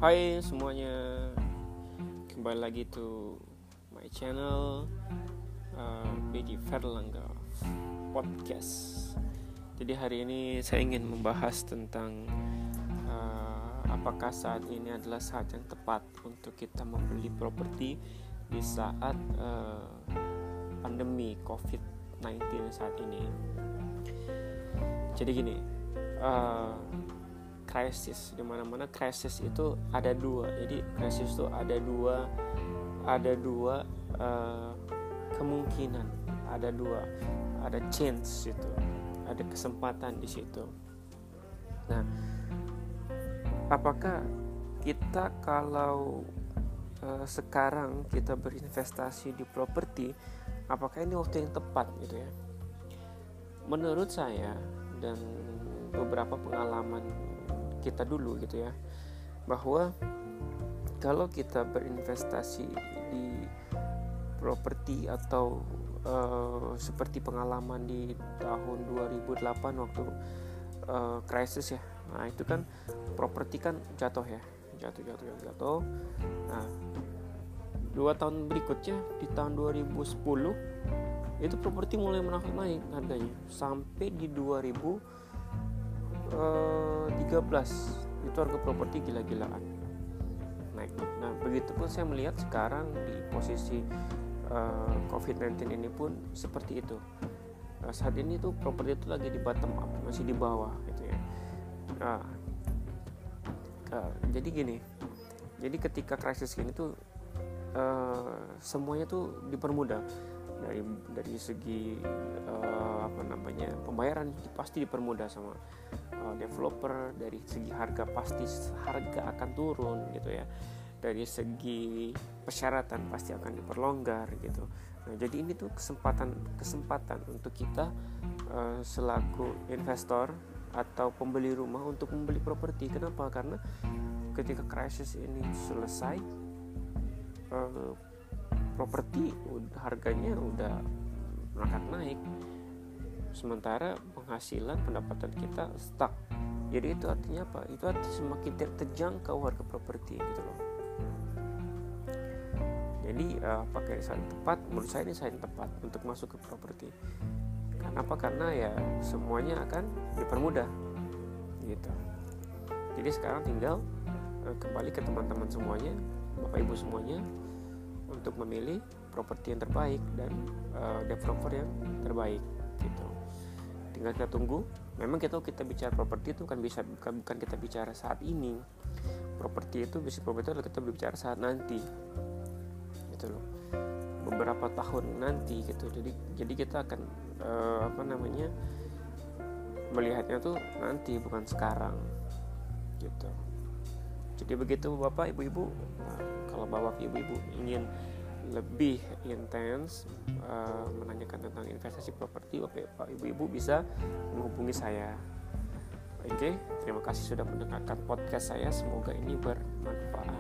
Hai semuanya, kembali lagi to my channel Bedi Verlangga Podcast. Jadi hari ini saya ingin membahas tentang apakah saat ini adalah saat yang tepat untuk kita membeli properti di saat pandemi COVID-19 saat ini. Jadi gini, krisis, di mana-mana krisis itu ada dua. Jadi krisis itu ada dua kemungkinan, ada chance itu, ada kesempatan di situ. Nah, apakah kita kalau sekarang kita berinvestasi di properti, apakah ini waktu yang tepat gitu ya? Menurut saya dan beberapa pengalaman kita dulu gitu ya, bahwa kalau kita berinvestasi di properti atau seperti pengalaman di tahun 2008 waktu krisis ya, nah itu kan properti kan jatuh. Nah 2 tahun berikutnya di tahun 2010 itu properti mulai naik harganya sampai di 2013 itu harga properti gila-gilaan naik. Nah begitu pun saya melihat sekarang di posisi COVID-19 ini pun seperti itu. Saat ini tuh properti itu lagi di bottom up, masih di bawah gitu ya. Jadi gini, jadi ketika krisis ini tuh semuanya tuh dipermudah dari segi pembayaran pasti dipermudah sama developer, dari segi harga akan turun gitu ya, dari segi persyaratan pasti akan diperlonggar gitu. Nah jadi ini tuh kesempatan untuk kita selaku investor atau pembeli rumah untuk membeli properti. Kenapa? Karena ketika krisis ini selesai, properti harganya udah merangkak naik, sementara penghasilan pendapatan kita stuck. Jadi itu artinya apa? Itu artinya semakin terjangkau harga properti gitu loh. Jadi pakai saat tepat, menurut saya ini saat yang tepat untuk masuk ke properti. Kenapa? Karena ya semuanya akan dipermudah gitu. Jadi sekarang tinggal kembali ke teman-teman semuanya, Bapak Ibu semuanya, untuk memilih properti yang terbaik dan developer yang terbaik gitu. Tinggal kita tunggu. Memang kita bicara properti itu kan bukan kita bicara saat ini. Properti itu adalah kita bicara saat nanti gitu loh, beberapa tahun nanti gitu. Jadi kita akan melihatnya tuh nanti, bukan sekarang gitu. Jadi begitu Bapak Ibu-ibu. Nah, kalau Bapak Ibu-ibu ingin lebih intens menanyakan tentang investasi properti, Bapak Ibu-ibu bisa menghubungi saya. Oke, terima kasih sudah mendengarkan podcast saya. Semoga ini bermanfaat.